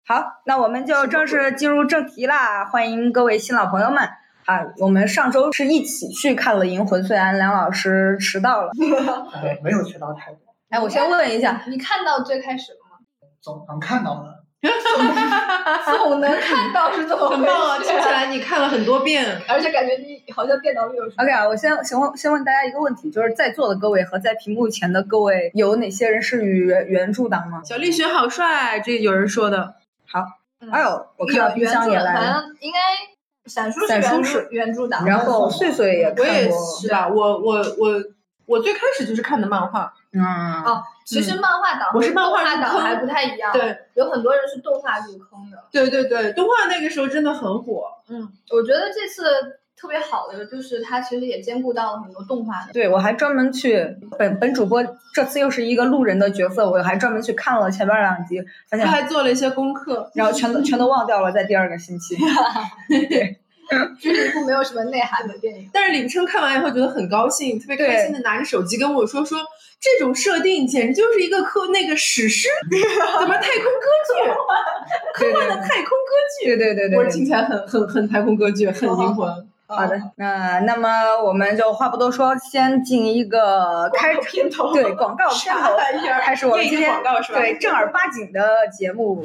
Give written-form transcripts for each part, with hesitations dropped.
好，那我们就正式进入正题啦！欢迎各位新老朋友们啊！我们上周是一起去看了《银魂》，虽然梁老师迟到了， 没有迟到太多。 哎，我先问一下， 你看到最开始了吗？ 总能看到的。 总能看到是怎么回事？ 很棒啊！听起来你看了很多遍， 而且感觉你好像电脑里有。 OK 啊，我先问大家一个问题，就是在座的各位和在屏幕前的各位，有哪些人是原著党吗？ 小栗旬好帅，这有人说的。 好，还有我看到冰箱也来了， 反正应该闪叔是原著党， 然后碎碎也看过。 我也是啊，我最开始就是看的漫画。 哦，其实漫画党我是漫画党还不太一样， 对， 有很多人是动画入坑的。 对对对，动画那个时候真的很火。 我觉得这次特别好的就是它其实也兼顾到了很多动画的。 对，我还专门去本主播这次又是一个路人的角色，我还专门去看了前面2集，发现他还做了一些功课， 然后全都忘掉了，在第2个星期。对。 这是一部没有什么内涵的电影， 但是李不琛看完以后觉得很高兴，特别开心的拿着手机跟我说这种设定简直就是一个史诗，怎么太空歌剧，科幻的太空歌剧， 对， 我听起来很太空歌剧，很银魂。 好的，那么我们就话不多说，先进一个片头， 对，广告片头，开始我们今天对正儿八经的节目。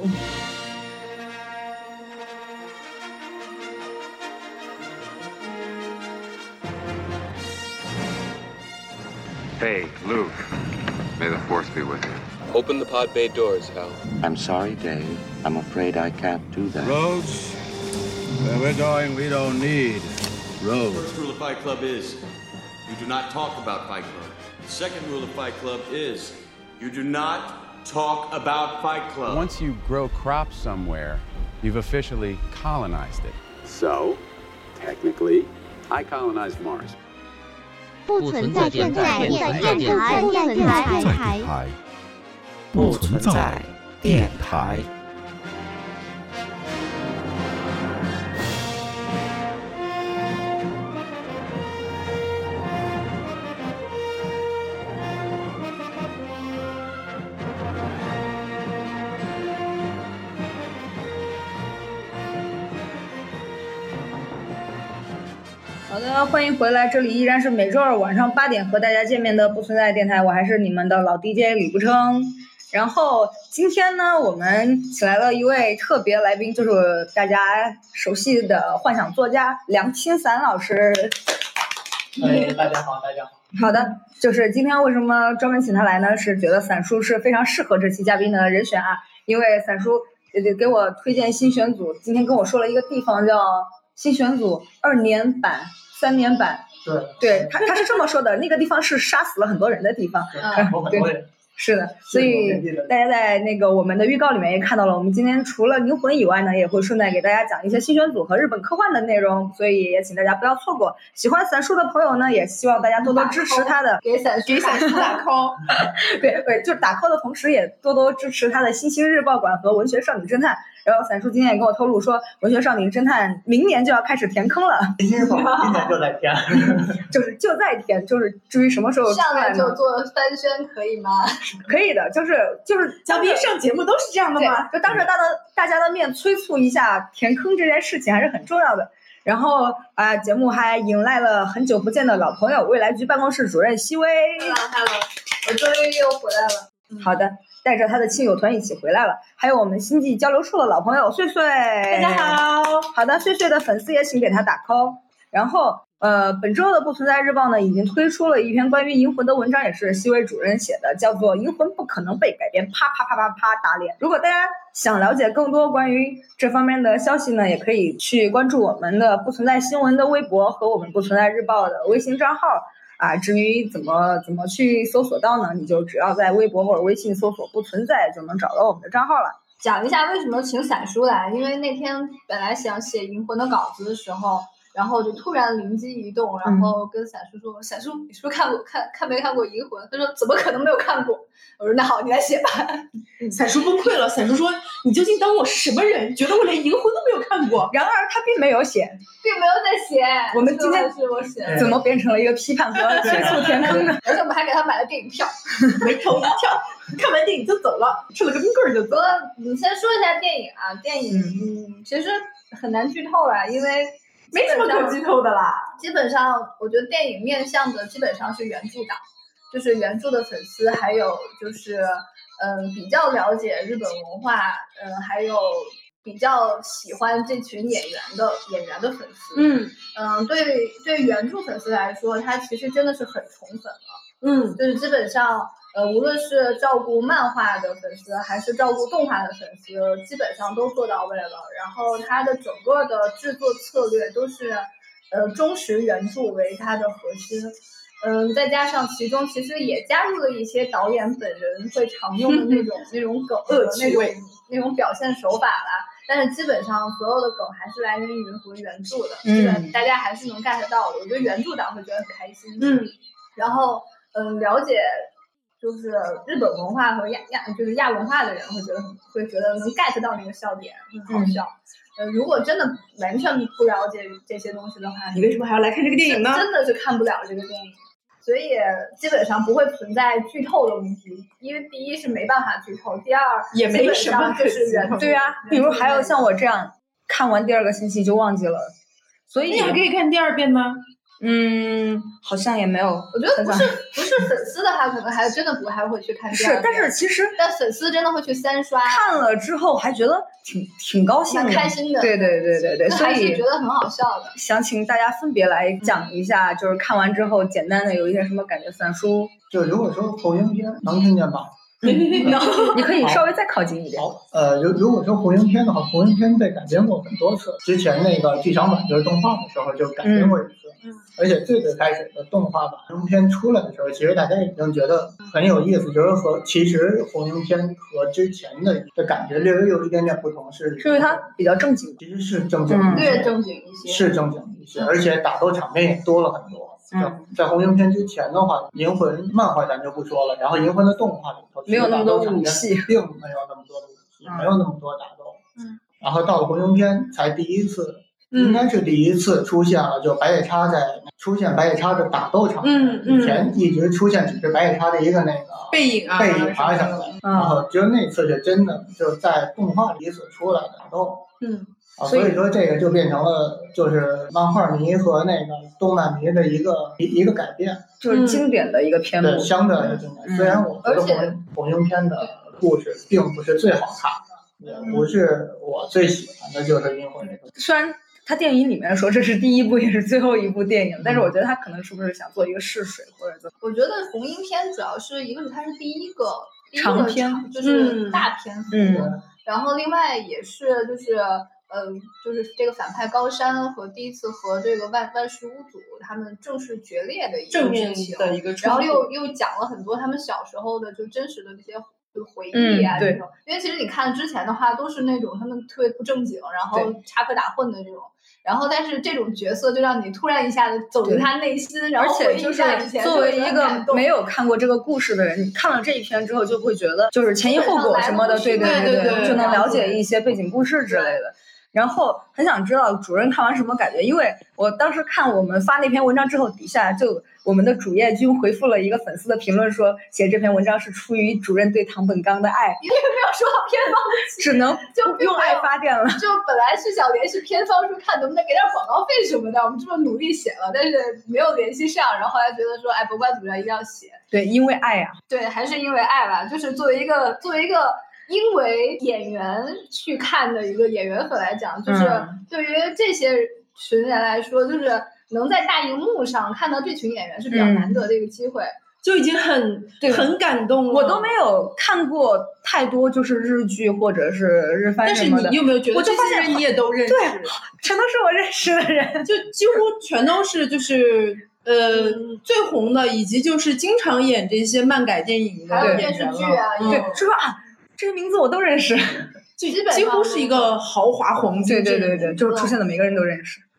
Hey, Luke. May the Force be with you. Open the pod bay doors, Hal. I'm sorry, Dave. I'm afraid I can't do that. Roads? Where we're going, we don't need roads. The first rule of Fight Club is you do not talk about Fight Club. The second rule of Fight Club is you do not talk about Fight Club. Once you grow crops somewhere, you've officially colonized it. So, technically, I colonized Mars. 不存在电台， 不存在电台。 好的，欢迎回来，这里依然是每周二晚上8点和大家见面的不存在电台，我还是你们的老 DJ 李不称。然后今天呢，我们请来了一位特别来宾，就是大家熟悉的幻想作家梁清散老师。 大家好，大家好。 好的，就是今天为什么专门请他来呢？是觉得散叔是非常适合这期嘉宾的人选啊，因为散叔给我推荐新选组，今天跟我说了一个地方叫新选组2年版、3年版。对，他是这么说的，那个地方是杀死了很多人的地方。对。是的，所以大家在那个我们的预告里面也看到了，我们今天除了银魂以外呢，也会顺带给大家讲一些新选组和日本科幻的内容，所以也请大家不要错过。喜欢散叔的朋友呢，也希望大家多多支持他的， 给散叔打 call。 对，就是打 call 的同时，也多多支持他的新星日报馆和文学少女侦探。然后散叔今天也跟我透露说，文学少女侦探明年就要开始填坑了。 今年就在填， 就在填，就是至于什么时候上来就做番宣可以吗？ 可以的，就是嘉宾上节目都是这样的吗？ 就当着大家的面催促一下填坑这件事情还是很重要的。然后节目还迎来了很久不见的老朋友，未来局办公室主任熹薇。 Hello， 我终于又回来了。 好的，带着他的亲友团一起回来了，还有我们星际交流处的老朋友碎碎。 大家好。 好的，碎碎的粉丝也请给他打 call。然后本周的不存在日报呢，已经推出了一篇关于银魂的文章，也是熹薇主任写的，叫做《银魂不可能被改编》，啪啪啪啪啪打脸。如果大家想了解更多关于这方面的消息呢，也可以去关注我们的不存在新闻的微博和我们不存在日报的微信账号啊。至于怎么去搜索到呢，你就只要在微博或者微信搜索不存在就能找到我们的账号了。 讲一下为什么请散叔来，因为那天本来想写银魂的稿子的时候， 然后就突然灵机一动，然后跟伞叔说：“伞叔，你是不是看没看过《银魂》？”他说：“怎么可能没有看过？”我说：“那好，你来写吧。” 伞叔崩溃了，伞叔说：“你究竟当我是什么人？觉得我连《银魂》都没有看过？” 然而他并没有写， 并没有在写。 我们今天是我写， 怎么变成了一个批判和催促填坑呢？ 而且我们还给他买了电影票， 眉头一跳，看完电影就走了，吃了个冰棍就走了。 你先说一下电影啊，电影其实很难剧透了，因为没什么可剧透的啦。 基本上，我觉得电影面向的基本上是原著党，就是原著的粉丝，还有就是比较了解日本文化，还有比较喜欢这群演员的粉丝。对原著粉丝来说，他其实真的是很宠粉了。就是基本上。无论是照顾漫画的粉丝，还是照顾动画的粉丝，基本上都做到位了。然后它的整个的制作策略都是，忠实原著为它的核心。再加上其中其实也加入了一些导演本人会常用的那种梗和那种表现手法啦。但是基本上所有的梗还是来源于原著的，基本大家还是能 get 到的。我觉得原著党会觉得很开心。然后了解。就是日本文化和亚文化的人会觉得能 get 到那个笑点，很好笑。如果真的完全不了解这些东西的话， 你为什么还要来看这个电影呢？ 真的是看不了这个电影，所以基本上不会存在剧透的问题。因为第一是没办法剧透，第二也没什么就是原著。 对啊，比如还有像我这样看完第2个星期就忘记了，所以你还可以看第2遍吗？ 好像也没有。 我觉得不是粉丝的话，可能还真的不还会去看第2遍。 是，但是其实粉丝真的会去3刷， 看了之后还觉得挺高兴的， 蛮开心的。 对，所以觉得很好笑的。 想请大家分别来讲一下，就是看完之后简单的有一些什么感觉。伞叔， 就如果说红樱篇能听见吗？ 你可以稍微再靠近一点。 好，如果说红樱篇的话，红樱篇被改编过很多次。之前那个剧场版就是动画的时候就改编过一次，而且最开始的动画版红樱篇出来的时候，其实大家已经觉得很有意思，就是其实红樱篇和之前的感觉略微有一点点不同，是因为它比较正经， 其实是正经一些， 略正经一些， 是正经一些，而且打斗场面也多了很多。在红樱篇之前的话，银魂漫画咱就不说了，然后银魂的动画里头没有那么多武戏， 并没有那么多的武戏，没有那么多打斗。然后到了红樱篇才第一次，应该是第一次出现了，就白夜叉出现白夜叉的打斗场面。以前一直出现只是白夜叉的一个那个背影啊什么的，然后只有那次是真的就在动画里第一次出来的打斗。所以说这个就变成了就是漫画迷和那个动漫迷的一个改变， 就是经典的一个篇目， 对，相对来说经典。虽然我觉得红樱篇的故事并不是最好看的，也不是我最喜欢的，就是银魂这个。 虽然他电影里面说这是第一部也是最后一部电影，但是我觉得他可能是不是想做一个试水或者怎么？ 我觉得红樱篇主要是一个是它是第一个长篇， 就是大篇幅，然后另外也是就是这个反派高山和第一次和这个万事屋组他们正式决裂的一个正面的一个然后又讲了很多他们小时候的就真实的这些回忆啊，这种。因为其实你看之前的话都是那种他们特别不正经，然后插科打诨的这种。然后，但是这种角色就让你突然一下子走进他内心，然后回忆一下以前。 作为一个没有看过这个故事的人，你看了这一篇之后，就会觉得就是前因后果什么的，对，就能了解一些背景故事之类的。然后很想知道主任看完什么感觉，因为我当时看我们发那篇文章之后，底下就我们的主页君回复了一个粉丝的评论，说写这篇文章是出于主任对堂本刚的爱， 因为没有说到偏方， 只能就用爱发电了。 就本来是想联系偏方说看能不能给点广告费什么的，我们这么努力写了，但是没有联系上，然后后来觉得说，哎，博观主任一定要写。 对，因为爱啊。 对，还是因为爱吧，就是作为一个因为演员去看的一个演员粉来讲，就是对于这些群人来说，就是能在大荧幕上看到这群演员是比较难得的一个机会， 就已经很感动了。 我都没有看过太多就是日剧或者是日番什么的， 但是你有没有觉得这些人你也都认识？ 对，全都是我认识的人， 就几乎全都是就是最红的，以及就是经常演这些漫改电影的还有电视剧啊， 对，说啊。这些名字我都认识， 几乎是一个豪华黄金。 对，就是出现的每个人都认识。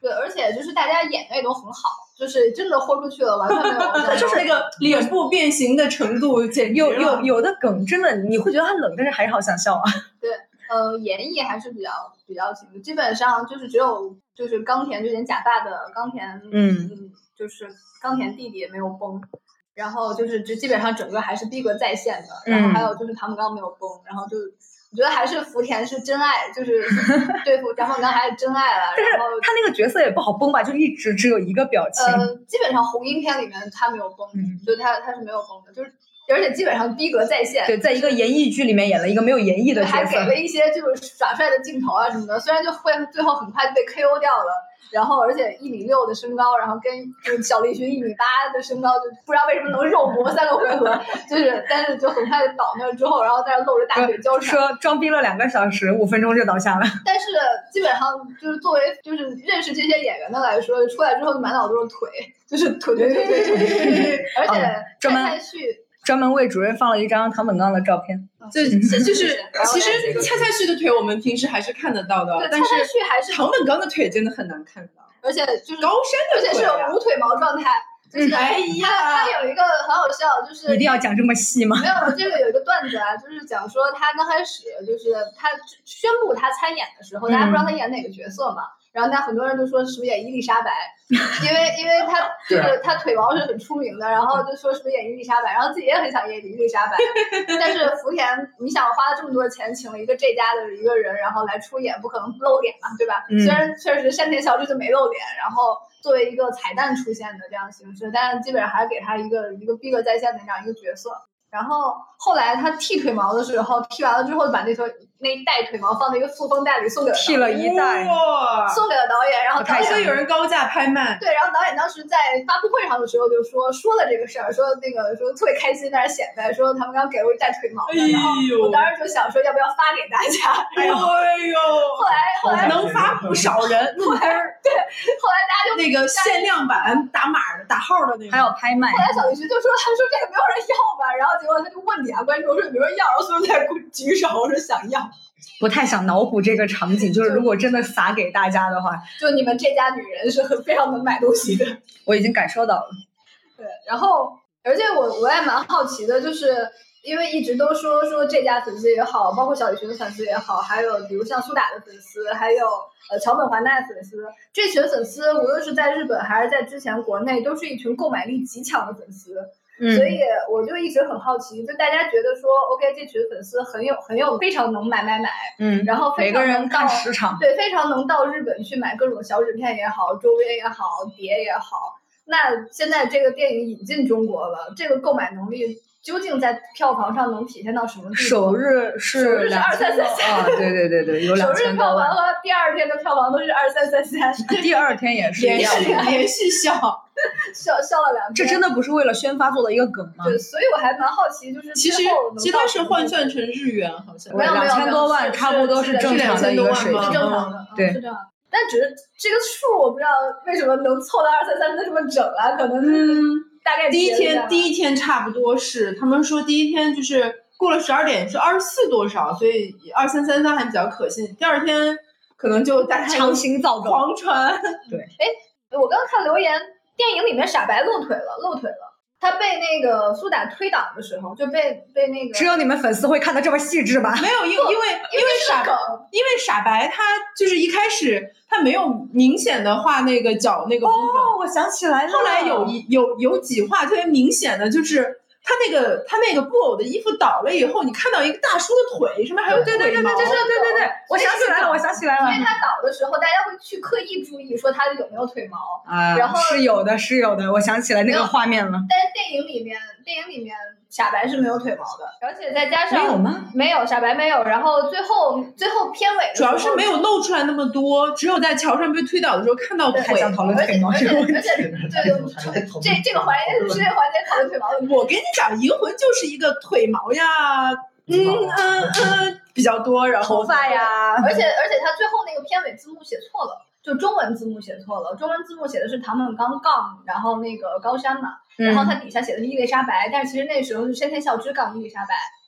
对，而且就是大家演的也都很好，就是真的豁出去了，完全没有就是那个脸部变形的程度简直了。 有的梗真的你会觉得它冷，但是还是好想笑啊。 对，演绎还是比较行的，基本上就是只有就是冈田这件假发的冈田，就是冈田弟弟没有崩。然后就是基本上整个还是逼格在线的，然后还有就是唐本刚没有崩，然后就我觉得还是福田是真爱，就是对付张本刚还是真爱了。 但是他那个角色也不好崩吧，就一直只有一个表情。 基本上红樱篇里面他没有崩，就他是没有崩的，就是而且基本上逼格在线。 对，在一个演绎剧里面演了一个没有演绎的角色， 还给了一些就是耍帅的镜头啊什么的，虽然就会最后很快就被 KO 掉了。然后，而且1.6米的身高，然后跟就是小栗旬1.8米的身高，就不知道为什么能肉搏3个回合，就是但是就很快就倒那之后，然后在那露着大腿交缠， 说装逼了2个小时，5分钟就倒下了。 但是基本上就是作为就是认识这些演员的来说，出来之后满脑都是腿，就是腿，而且专门为主任放了一张唐本刚的照片。 就是其实恰恰旭的腿我们平时还是看得到的，但是唐本刚的腿真的很难看到， 而且就是高山的腿， 而且是无腿毛状态。就是哎呀， 他有一个很好笑，就是一定要讲这么细吗？ 没有，这个有一个段子啊，就是讲说他刚开始就是他宣布他参演的时候，大家不知道他演哪个角色嘛。然后他很多人都说是不是演伊丽莎白，因为他就是他腿毛是很出名的，然后就说是不是演伊丽莎白，然后自己也很想演伊丽莎白，但是福田你想花了这么多钱请了一个这家的一个人，然后来出演，不可能露脸嘛，对吧？虽然确实山田孝之就没露脸，然后作为一个彩蛋出现的这样形式，但是基本上还是给他一个逼格在线的这样一个角色。然后后来他剃腿毛的时候，剃完了之后把那一袋腿毛放在一个塑封袋里送给了剃了一袋， 送给了导演，然后导演有人高价拍卖， 对，然后导演当时在发布会上的时候就说了这个事儿，说特别开心在那显摆，说他们刚给了我一袋腿毛，然后我当时就想说要不要发给大家， 哎呦， 后来能发不少人， 对，后来大家就那个限量版打码的打号的那个， 还有拍卖。 后来小律师就说他说这个没有人要吧，然后结果他就问底下观众说有没有人要，然后所有人在举手说想要。 不太想脑补这个场景，就是如果真的撒给大家的话， 就你们这家女人是非常能买东西的， 我已经感受到了。 对，然后而且我也蛮好奇的，就是因为一直都说这家粉丝也好，包括小李群的粉丝也好，还有比如像苏打的粉丝，还有桥本环奈的粉丝，这群粉丝无论是在日本还是在之前国内，都是一群购买力极强的粉丝。所以我就一直很好奇，就大家觉得说 OK 这群粉丝很有非常能买，然后非常能到每个人看时长， 对，非常能到日本去买各种小纸片也好，周边也好，碟也好。那现在这个电影引进中国了，这个购买能力究竟在票房上能体现到什么地步？ 首日是2333，对，有2000多万。 首日票房和第二天的票房都是2333， 第二天也是连续笑了 2天。 这真的不是为了宣发做的一个梗吗？ 对，所以我还蛮好奇，就是其实它是换算成日元，好像没有 2000多万，差不多是正常的一个水平， 是正常的， 对， 是这样。但只是这个数，我不知道为什么能凑到2333这么整啊？可能大概第一天差不多是，他们说第一天就是过了12点是24多少，所以2333还比较可信。第二天可能就大家强行造梗狂传。 对， 我刚刚看留言，电影里面傻白露腿了。他被那个苏打推倒的时候，就被那个， 只有你们粉丝会看得这么细致吧？ 没有，因为傻白他就是一开始他没有明显的画那个脚那个部分。 哦，我想起来了， 后来有几画特别明显的，就是他那个布偶的衣服倒了以后，你看到一个大叔的腿上面还有腿毛。 对，我想起来了， 因为他倒的时候，大家会去刻意注意说他有没有腿毛然后是有的，我想起来那个画面了。 但是电影里面傻白是没有腿毛的，而且再加上没有吗？ 没有，傻白没有。然后最后片尾主要是没有露出来那么多，只有在桥上被推倒的时候看到腿。 还想讨论腿毛这个问题？ 而且这个环节是讨论腿毛的。 我跟你讲，银魂就是一个腿毛呀，比较多，然后头发呀， 而且他最后那个片尾字幕写错了。就中文字幕写错了，中文字幕写的是唐本刚杠，然后那个高山嘛，然后它底下写的是伊丽莎白，但是其实那时候是山田孝之杠伊丽莎白，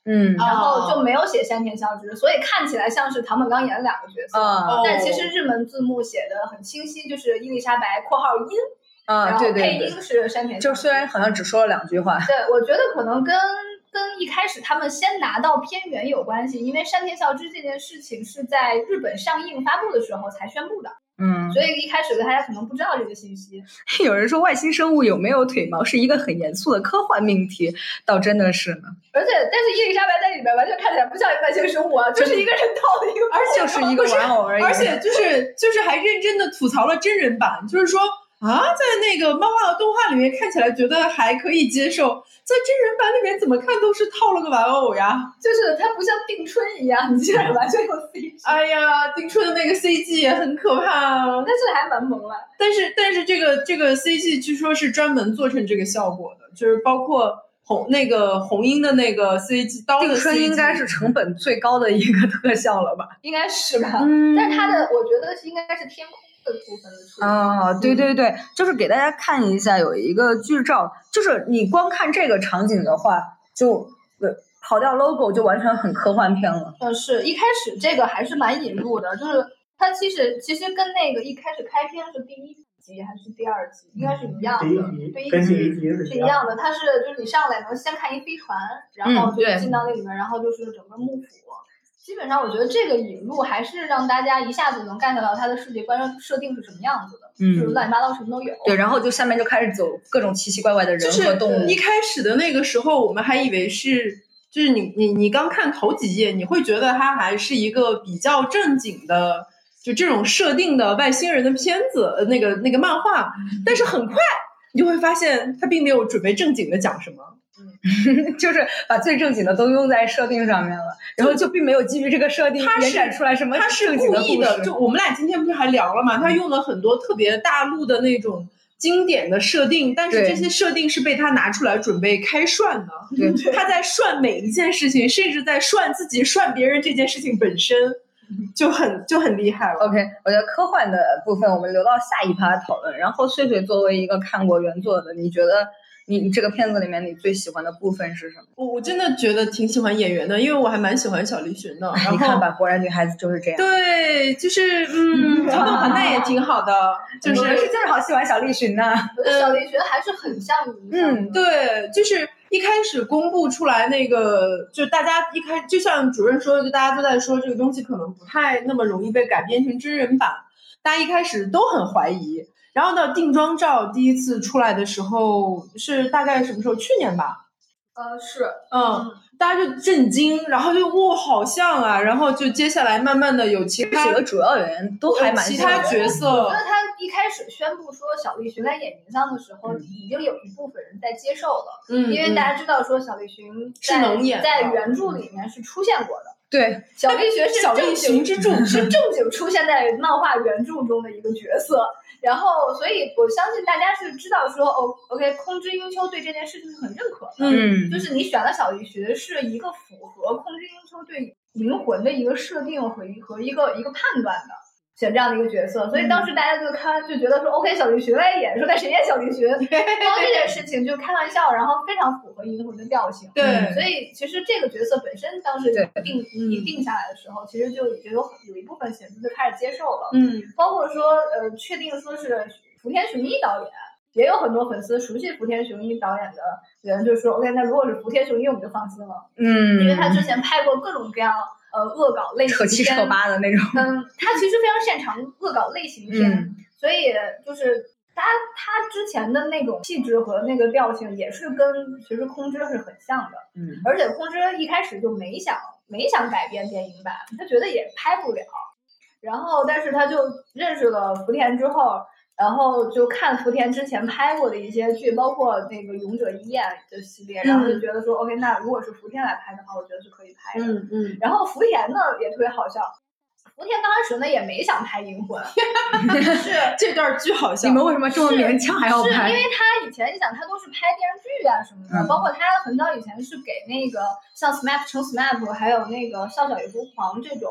然后就没有写山田孝之，所以看起来像是唐本刚演了2个角色，但其实日文字幕写的很清晰，就是伊丽莎白（括号音）。然后配音是山田孝之， 就虽然好像只说了2句话。 对，我觉得可能跟一开始他们先拿到片源有关系，因为山田孝之这件事情是在日本上映发布的时候才宣布的。所以一开始大家可能不知道这个信息。 有人说外星生物有没有腿毛是一个很严肃的科幻命题，倒真的是呢。 但是伊丽莎白在里面完全看起来不像外星生物啊，就是一个人套的一个， 而且就是一个玩偶而已。 而且就是还认真的吐槽了真人版，就是说在那个漫画和动画里面看起来觉得还可以接受，在真人版里面怎么看都是套了个玩偶呀， 就是它不像定春一样，你竟然完全有 CG。 哎呀，定春的那个 CG 也很可怕， 但是还蛮萌了。 但是这个 CG 据说是专门做成这个效果的，就是包括红樱的那个 CG 刀的 CG， 定春应该是成本最高的一个特效了吧？ 应该是吧。但是它的我觉得应该是天空的部分的处理。 对，就是给大家看一下有一个剧照，就是你光看这个场景的话，就跑掉 logo 就完全很科幻片了。 是一开始这个还是蛮引入的，就是它其实跟那个一开始开篇是第1集还是第2集，应该是一样的。第1集是一样的，它是就是你上来能先看一飞船，然后就进到那里面，然后就是整个幕府。基本上我觉得这个引入还是让大家一下子能 get 到它的世界观设定是什么样子的，就是乱七八糟什么都有。 对，然后就下面就开始走各种奇奇怪怪的人和动物。 一开始的那个时候，我们还以为是，就是你刚看头几页，你会觉得它还是一个比较正经的，就这种设定的外星人的片子，那个漫画，但是很快你就会发现，它并没有准备正经的讲什么。 就是把最正经的都用在设定上面了，然后就并没有基于这个设定延展出来什么正经的故事。 他是故意的，就我们俩今天不是还聊了嘛？他用了很多特别大陆的那种经典的设定，但是这些设定是被他拿出来准备开涮的。他在涮每一件事情，甚至在涮自己、涮别人这件事情本身，就很厉害了。 OK， 我觉得科幻的部分我们留到下一趴讨论。然后穗穗作为一个看过原作的，你觉得？你这个片子里面你最喜欢的部分是什么？ 我真的觉得挺喜欢演员的，因为我还蛮喜欢小栗旬的。然后你看吧，果然女孩子就是这样。 对，就是曹洞环奈也挺好的，就是好喜欢小栗旬呢。 小栗旬还是很像你。 对，就是一开始公布出来那个，就大家就像主任说的，就大家都在说这个东西可能不太那么容易被改编成真人版，大家一开始都很怀疑。然后呢，定妆照第一次出来的时候是大概什么时候？去年吧。 是。 大家就震惊，然后就哇，好像啊，然后就接下来慢慢的有其他几个主要演员都还蛮其他角色。 我觉得他一开始宣布说小栗旬来演银桑的时候，已经有一部分人在接受了，因为大家知道说小栗旬是能演， 在原著里面是出现过的。 对， 小栗旬是小栗旬之助， 是正经出现在漫画原著中的一个角色。然后，所以我相信大家是知道说，OK， 空知英秋对这件事情是很认可的。就是你选了小栗旬，是一个符合空知英秋对灵魂的一个设定和一个判断的，选这样的一个角色。所以当时大家就觉得说 ，OK， 小栗旬来演，说那谁演小栗旬？光这件事情就开玩笑，然后非常符合银魂的调性。 对， 所以其实这个角色本身当时定下来的时候，其实就已经有一部分粉丝就开始接受了。包括说确定说是福田雄一导演，也有很多粉丝熟悉福田雄一导演的人就说 ，OK， 那如果是福田雄一，我们就放心了。因为他之前拍过各种各样恶搞类型片， 扯七扯八的那种。 他其实非常擅长恶搞类型片，所以就是他之前的那种气质和那个调性也是跟其实空知是很像的。而且空知一开始就没想改编电影版，他觉得也拍不了。然后但是他就认识了福田之后，然后就看福田之前拍过的一些剧，包括那个勇者一彦的系列，然后就觉得说 OK， 那如果是福田来拍的话，我觉得是可以拍的。然后福田呢也特别好笑，福田刚开始呢也没想拍银魂，是这段巨好笑。 你们为什么这么勉强还要拍？ 是因为他以前你想他都是拍电视剧啊什么的，包括他很早以前是给那个像 SMAP 成 SMAP 还有那个少小与疯狂这种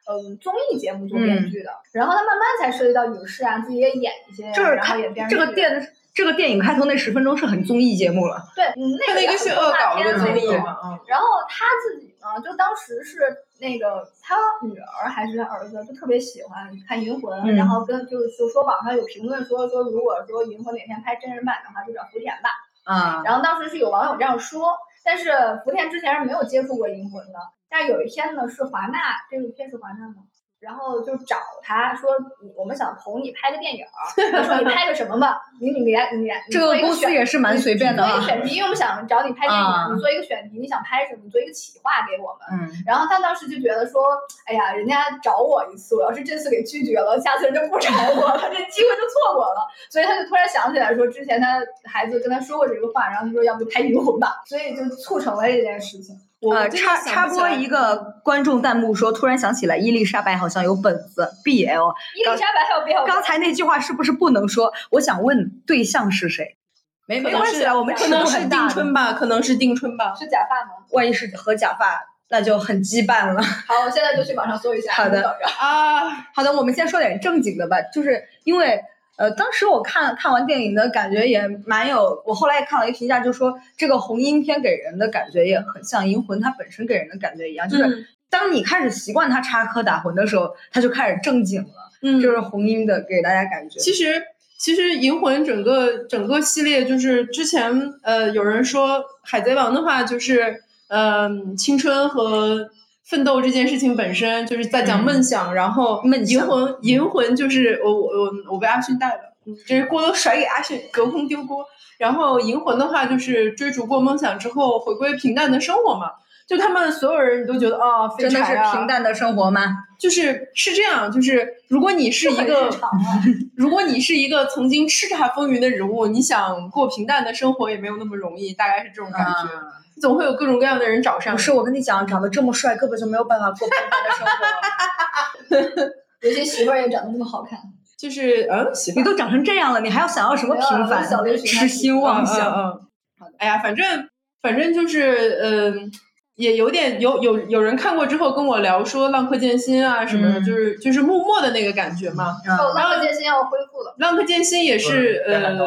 综艺节目做编剧的，然后他慢慢才涉及到影视啊，自己也演一些，然后演电视剧。 这个电影开头那10分钟是很综艺节目了。 对， 那个是恶搞的综艺嘛。 然后他自己呢，就当时是那个他女儿还是儿子，就特别喜欢看《银魂》，然后就说网上有评论说如果说《银魂》哪天拍真人版的话，就找福田吧。然后当时是有网友这样说，但是福田之前是没有接触过《银魂》的。但是有一天呢，是华纳，这个片是华纳吗？然后就找他说，我们想投你拍个电影，他说你拍个什么吧？你这个公司也是蛮随便的啊。你做一个选题，因为我们想找你拍电影，你做一个选题，你想拍什么？你做一个企划给我们。然后他当时就觉得说，哎呀，人家找我一次，我要是这次给拒绝了，下次人就不找我了，这机会就错过了。所以他就突然想起来说，之前他孩子跟他说过这个话，然后他说要不拍《银魂》吧，所以就促成了这件事情。 插播一个观众弹幕说，突然想起来伊丽莎白好像有本子 BL。 伊丽莎白还有 BL。 刚才那句话是不是不能说？我想问对象是谁？没关系啊，我们可能是定春吧，可能是定春吧。 是假发吗？ 万一是和假发，那就很羁绊了。 好，我现在就去网上搜一下。 好的好的，我们先说点正经的吧，就是因为。当时我看完电影的感觉也蛮有，我后来也看了一个评价，就说这个红樱片给人的感觉也很像银魂它本身给人的感觉一样，就是当你开始习惯它插科打诨的时候，它就开始正经了，就是红樱的给大家感觉。 其实银魂整个系列就是之前有人说海贼王的话就是青春和奋斗这件事情本身就是在讲梦想，然后银魂就是我被阿勋带了，这锅都甩给阿勋，隔空丢锅。然后银魂的话就是追逐过梦想之后回归平淡的生活嘛，就他们所有人都觉得真的是平淡的生活吗？ 是这样，就是如果你是一个如果你是一个曾经叱咤风云的人物，你想过平淡的生活也没有那么容易，大概是这种感觉。总会有各种各样的人找上。 不是，我跟你讲，长得这么帅，根本就没有办法过平淡的生活。 有些媳妇儿也长得那么好看， 就是你都长成这样了，你还要想要什么平凡？痴心妄想。 哎呀，反正就是也有点有人看过之后跟我聊说《浪客剑心》啊什么的，就是幕末的那个感觉嘛。 浪客剑心要恢复了。 浪客剑心也是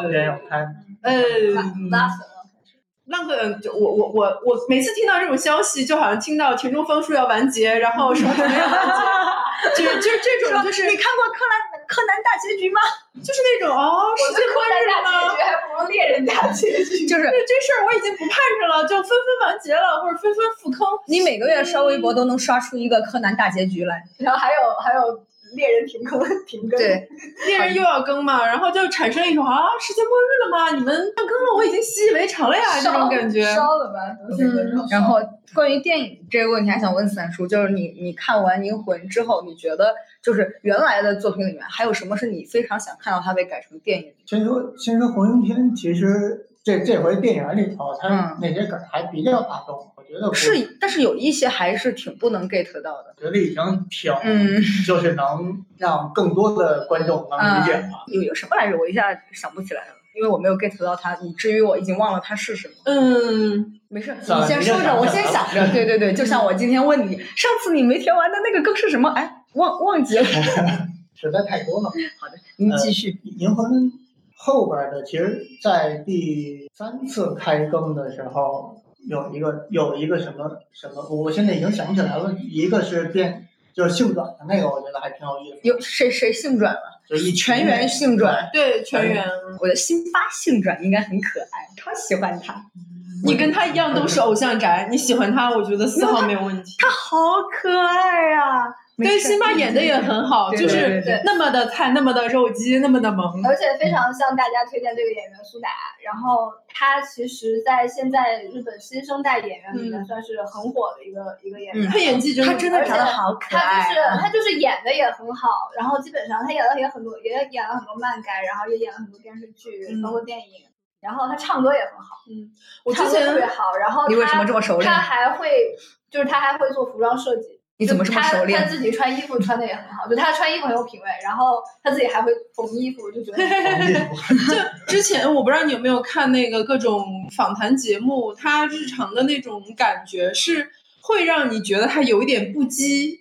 拉粉。 浪客我每次听到这种消息，就好像听到田中芳树要完结，然后什么什么要完结，就是这种，就是你看过柯南大结局吗？ 就是那种世界末日了吗？ 结局还不如猎人大结局。 就是这事儿我已经不盼着了，就纷纷完结了，或者纷纷复坑。 你每个月刷微博都能刷出一个柯南大结局来， 然后还有。猎人停更， 对， 猎人又要更嘛，然后就产生一种世界末日了吗？你们要更了，我已经习以为常了呀，这种感觉。 烧了吧， 然后关于电影这个问题，还想问三叔，就是你看完《银魂》之后，你觉得就是原来的作品里面还有什么是你非常想看到它被改成电影？ 先说红樱篇，其实这回电影里头，它那些梗还比较打动。我觉得是，但是有一些还是挺不能 get 到的。 觉得已经挺，就是能让更多的观众能理解了。 有什么来着？我一下想不起来了，因为我没有 get 到它，以至于我已经忘了它是什么。没事，你先说着，我先想着。对，就像我今天问你，上次你没填完的那个更是什么？哎，忘记了， 实在太多了。 好的，您继续。 银魂后边的，其实在第3次开更的时候。有一个什么，我现在已经想不起来了。一个是就是性转的那个，我觉得还挺有意思。 有谁性转了？ 就全员性转。 对，全员。 我的辛巴性转应该很可爱，超喜欢他。 你跟他一样都是偶像宅，你喜欢他，我觉得丝毫没有问题。 他好可爱呀！ 对，辛巴演的也很好，就是那么的菜，那么的肉鸡，那么的萌， 而且非常向大家推荐这个演员苏打。然后他其实在现在日本新生代演员里面算是很火的一个演员。 他演技他真的长得好可爱， 他就是演的也很好。然后基本上他演了也很多，也演了很多漫改，然后也演了很多电视剧，包括电影。然后他唱歌也很好， 我之前特别好。然后你为什么这么熟练？ 他还会做服装设计。 你怎么这么熟练？ 他自己穿衣服穿的也很好，就他穿衣服很有品味，然后他自己还会缝衣服，就觉得就之前我不知道你有没有看那个各种访谈节目，他日常的那种感觉是会让你觉得他有一点不羁，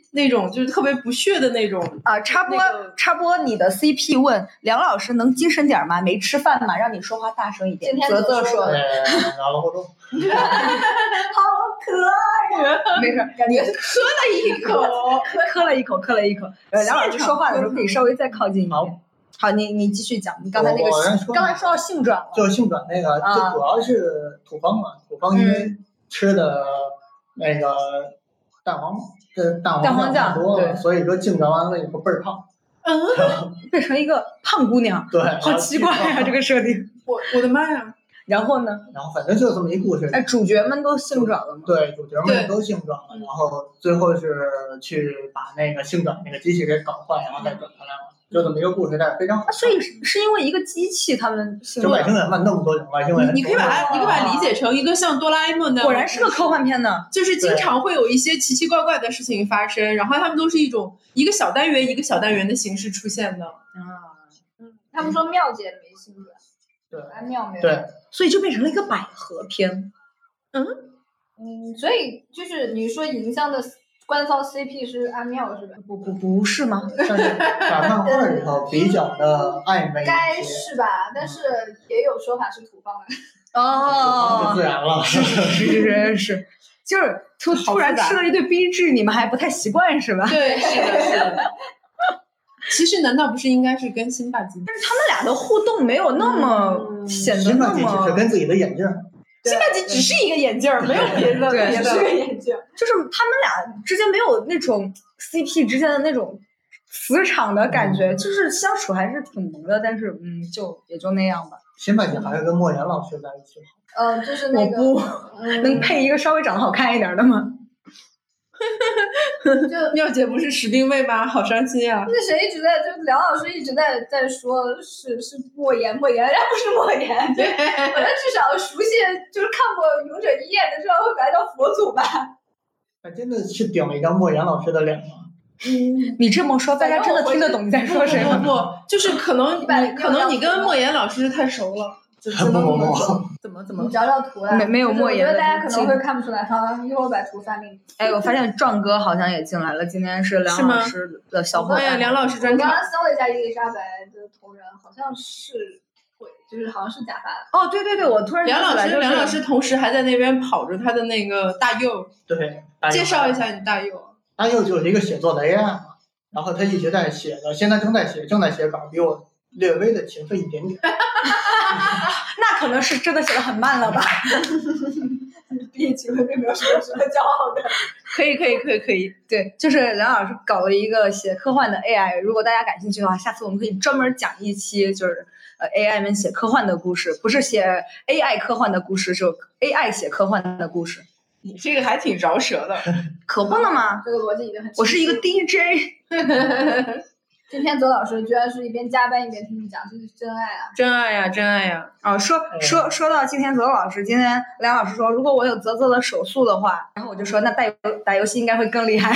那种就是特别不屑的那种啊。插播，你的 CP 问梁老师能精神点吗？没吃饭吗？让你说话大声一点。泽泽说的。 拿了活动。 好可爱呀！ 没事， 你磕了一口。梁老师说话的时候可以稍微再靠近一点。好，你继续讲，你刚才那个刚才说到性转了， 就是性转那个，就主要是土方嘛，土方因为吃的那个蛋黄酱多了，所以说性转完了以后倍儿胖， 变成一个胖姑娘， 对， 好奇怪呀这个设定， 我的妈呀！ 然后呢？ 然后反正就这么一故事。 哎，主角们都性转了吗？ 对，主角们都性转了，然后最后是去把那个性转那个机器给搞坏，然后再转回来了。就这么一个故事，但是非常好。 所以是因为一个机器，他们就外星人嘛，那么多种外星人， 你可以把它理解成一个像哆啦 A 梦的， 果然是个科幻片呢。 就是经常会有一些奇奇怪怪的事情发生，然后他们都是一个小单元一个小单元的形式出现的。 他们说妙姐没性转， 对， 安妙没对， 所以就变成了一个百合片。 所以就是你说银香的官方 CP 是安妙是吧？ 不是吗？ 但是把漫画里头比较的暧昧， 该是吧？但是也有说法是土方的。 哦， 自然了， 是，就是突然吃了一堆逼质，你们还不太习惯是吧？ 对，是的。其实难道不是应该是跟辛巴基？ 但是他们俩的互动没有那么显得那么。 辛巴基只是跟自己的眼镜。 辛巴基只是一个眼镜，没有别的， 对， 是个眼镜。 就是他们俩之间没有那种 CP 之间的那种磁场的感觉，就是相处还是挺萌的，但是就也就那样吧。 辛巴基还是跟莫言老师在一起好。就是那个。 我不能配一个稍微长得好看一点的吗？ 就妙姐不是史定位吗？好伤心啊！ 那谁一直在，就梁老师一直在说是莫言，人家不是莫言。对，我觉得至少熟悉，就是看过《勇者一夜》的，知道会把他叫佛祖吧？ 真的是顶了一张莫言老师的脸吗？ 你这么说，大家真的听得懂你在说谁吗？ 不，就是可能你跟莫言老师太熟了。怎么？ 你找找图啊？ 没有莫言， 我觉得大家可能会看不出来。好，一会儿把图发给你。 哎，我发现壮哥好像也进来了，今天是梁老师的小伙伴。 梁老师专场。 我刚刚搜了一下伊丽莎白的同人，好像是就是好像是假发的。 哦，对，我突然梁老师同时还在那边跑着他的那个大佑。 对， 介绍一下你大佑。 大佑就是一个写作的 AI 嘛，然后他一直在写的，现在正在写稿，比我略微的勤奋一点点。 那可能是真的写的很慢了吧？ 毕竟勤奋并没有什么值得骄傲的。 可以。对，就是梁老师搞了一个写科幻的 AI， 如果大家感兴趣的话，下次我们可以专门讲一期，就是AI 们写科幻的故事，不是写 AI 科幻的故事，是 AI 写科幻的故事。 你这个还挺饶舌的， 可不能吗？ 这个逻辑已经很。 我是一个 DJ。 今天左老师居然是一边加班一边听你讲，这是真爱啊！ 真爱呀！ 啊，说到今天泽老师，今天梁老师说，如果我有泽的手速的话，然后我就说，那打游戏应该会更厉害。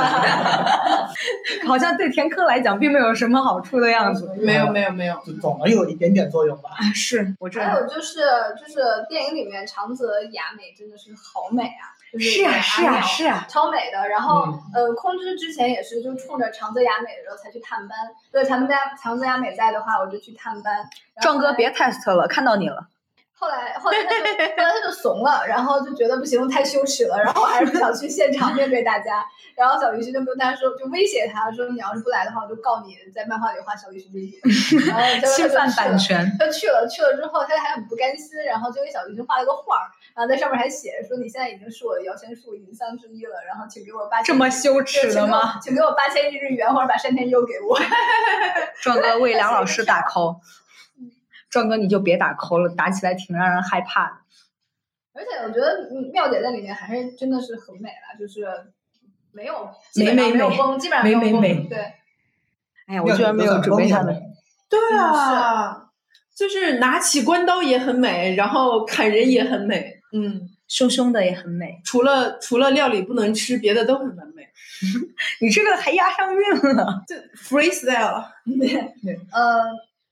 好像对田科来讲并没有什么好处的样子。 没有， 总能有一点点作用吧。 是我这。 还有就是电影里面长泽雅美真的是好美啊！ 是啊， 超美的。然后空知之前也是就冲着长泽雅美的时候才去探班。对，长泽雅美在的话，我就去探班。 壮哥别 test 了，看到你了。 后来他就怂了，然后就觉得不行，太羞耻了，然后还是不想去现场面对大家。然后小鱼须就跟他说，就威胁他说，你要是不来的话，我就告你在漫画里画小鱼须威胁。然后侵犯版权。 他去了之后，他还很不甘心，然后就给小鱼须画了个画，然后在上面还写说，你现在已经是我的摇钱树银香之一了，然后请给我8000。 这么羞耻的吗？ 请给我8000日元，或者把山田优给我。 壮哥为梁老师打 call。壮哥，你就别打 call 了，打起来挺让人害怕的。 而且我觉得妙姐在里面还是真的是很美了，就是没有崩，基本上没有崩。对。 哎呀，我居然没有准备他们。 对啊，就是拿起关刀也很美，然后砍人也很美， 凶的也很美。 除了料理不能吃，别的都很完美。 你这个还押上韵了， 就 freestyle。 对，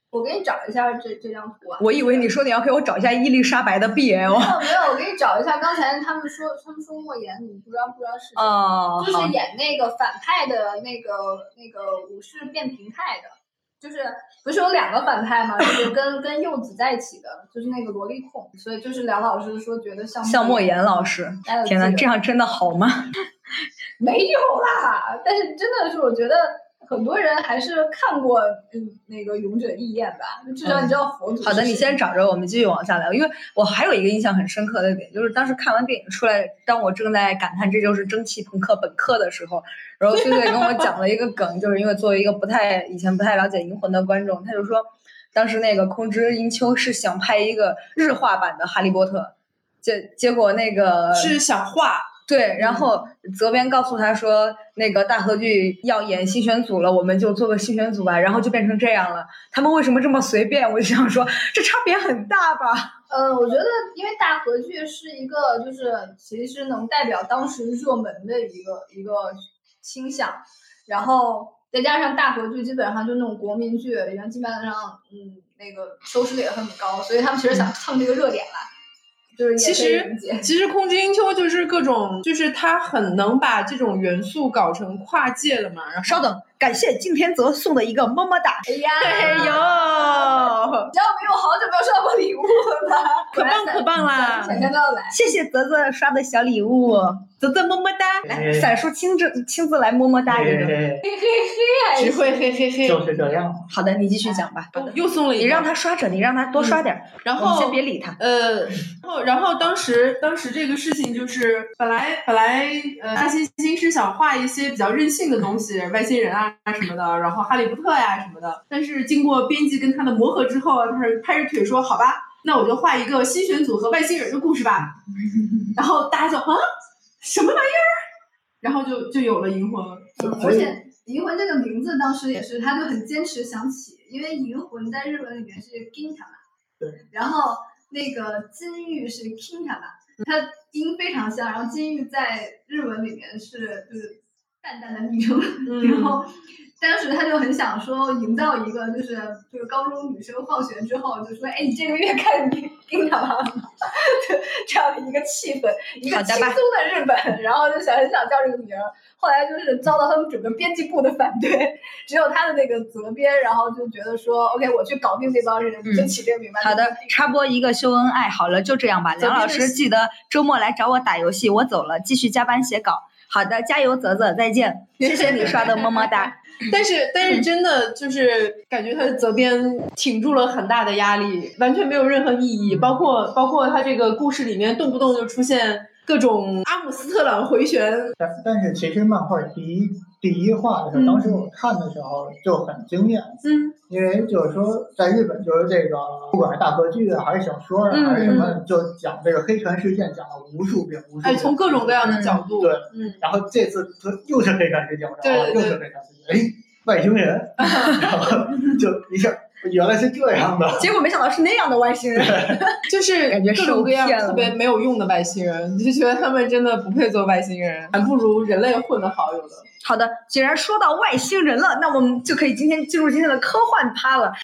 我给你找一下这张图啊。 我以为你说你要给我找一下伊丽莎白的 BL。 没有，我给你找一下。刚才他们说莫言，你不知道是谁？ 哦， 就是演那个反派的那个武士变平态的，就是不是有2个反派吗？就是跟柚子在一起的，就是那个萝莉控。所以就是梁老师说觉得像莫言老师。天哪，这样真的好吗？ 没有啦，但是真的是我觉得。很多人还是看过那个《勇者义彦》吧，至少你知道佛祖。 好的，你先找着，我们继续往下聊。因为我还有一个印象很深刻的点，就是当时看完电影出来，当我正在感叹这就是蒸汽朋克本科的时候，然后崔崔跟我讲了一个梗，就是因为作为一个以前不太了解银魂的观众，他就说当时那个空知英秋是想拍一个日化版的哈利波特，结果那个是想画。 对，然后责编告诉他说，那个大河剧要演新选组了，我们就做个新选组吧，然后就变成这样了。他们为什么这么随便？我就想说，这差别很大吧？ 我觉得，因为大河剧是一个，就是其实能代表当时热门的一个倾向，然后再加上大河剧基本上就那种国民剧，然后基本上那个收视率也很高，所以他们其实想蹭这个热点来。就是其实空知英秋就是各种，就是他很能把这种元素搞成跨界了嘛。然后稍等，感谢金天泽送的一个么么哒。 哎呀， 哎呦， 你知道我好久没有收到过礼物了吗？ 可棒啦！ 每天都要来， 谢谢泽泽刷的小礼物，泽泽么么哒。来，闪叔亲自来么么哒一个， 嘿， 只会嘿嘿嘿， 就是这样。 好的，你继续讲吧。 又送了一个， 你让他刷着，你让他多刷点， 然后你先别理他。 然后当时这个事情就是本来大猩猩是想画一些比较任性的东西，外星人啊什么的，然后哈利波特呀什么的，但是经过编辑跟他的磨合之后，他是拍着腿说好吧，那我就画一个新选组和外星人的故事吧。然后大家就什么玩意儿，然后就有了银魂。 而且银魂这个名字当时也是他就很坚持想起，因为银魂在日文里面是 Gintama， 对， 然后那个金玉是 Kintama， 它音非常像，然后金玉在日文里面就是淡淡的昵称，然后当时他就很想说营造一个就是高中女生放学之后就说，哎，你这个月看Gintama 这样的一个气氛，一个轻松的日本，然后就很想叫这个名儿。后来就是遭到他们整个编辑部的反对，只有他的那个责编，然后就觉得说 OK， 我去搞定这帮人，就起这个名白。 好的，插播一个秀恩爱，好了，就这样吧。梁老师记得周末来找我打游戏，我走了，继续加班写稿。好的，加油，泽泽，再见。谢谢你刷的么么哒。 但是真的就是感觉他的责编挺住了很大的压力，完全没有任何意义。包括他这个故事里面动不动就出现各种阿姆斯特朗回旋。 但是其实漫画第一话的时候，当时我看的时候就很惊艳。因为就是说在日本就是这个不管是大河剧啊还是小说啊还是什么，就讲这个黑船事件讲了无数遍， 从各种各样的角度。 对，然后这次又是黑船事件，又是黑船事件，哎，外星人，然后就一下原来是这样的， 结果没想到是那样的外星人， 就是感觉各种各样特别没有用的外星人，就觉得他们真的不配做外星人，还不如人类混得好，有的。 好的，既然说到外星人了，那我们就可以今天进入今天的科幻趴了。